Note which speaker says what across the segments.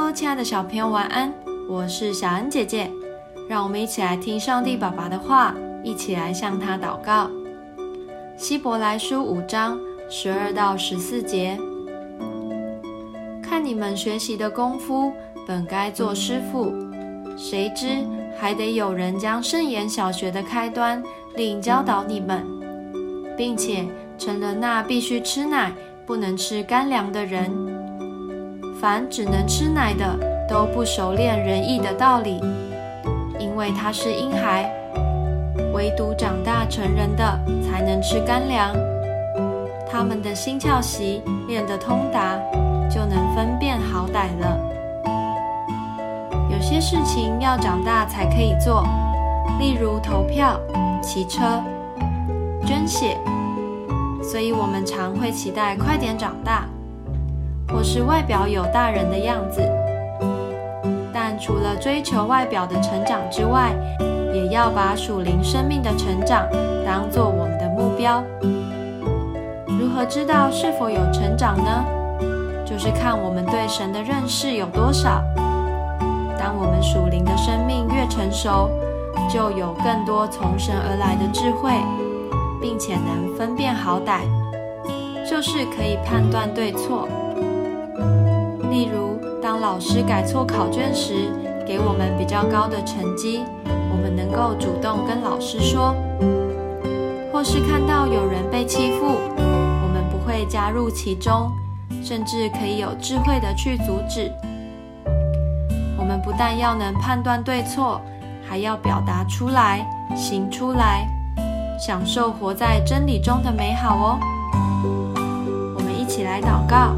Speaker 1: Hello， 亲爱的小朋友，晚安！我是小恩姐姐，让我们一起来听上帝爸爸的话，一起来向他祷告。希伯来书5章12到14节，看你们学习的功夫，本该做师傅，谁知还得有人将圣言小学的开端另教导你们，并且成了那必须吃奶，不能吃干粮的人。凡只能吃奶的，都不熟练仁义的道理，因为他是婴孩；唯独长大成人的，才能吃干粮。他们的心窍习练得通达，就能分辨好歹了。有些事情要长大才可以做，例如投票、骑车、捐血，所以我们常会期待快点长大，或是外表有大人的样子。但除了追求外表的成长之外，也要把属灵生命的成长当作我们的目标。如何知道是否有成长呢？就是看我们对神的认识有多少。当我们属灵的生命越成熟，就有更多从神而来的智慧，并且能分辨好歹，就是可以判断对错。例如，当老师改错考卷时，给我们比较高的成绩，我们能够主动跟老师说；或是看到有人被欺负，我们不会加入其中，甚至可以有智慧的去阻止。我们不但要能判断对错，还要表达出来，行出来，享受活在真理中的美好哦。我们一起来祷告。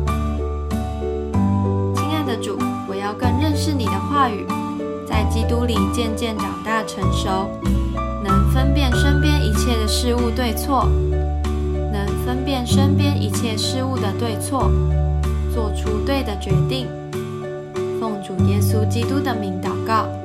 Speaker 1: 亲爱的主，我要更认识你的话语，在基督里渐渐长大成熟，能分辨身边一切的事物对错，能分辨身边一切事物的对错，做出对的决定。奉主耶稣基督的名祷告。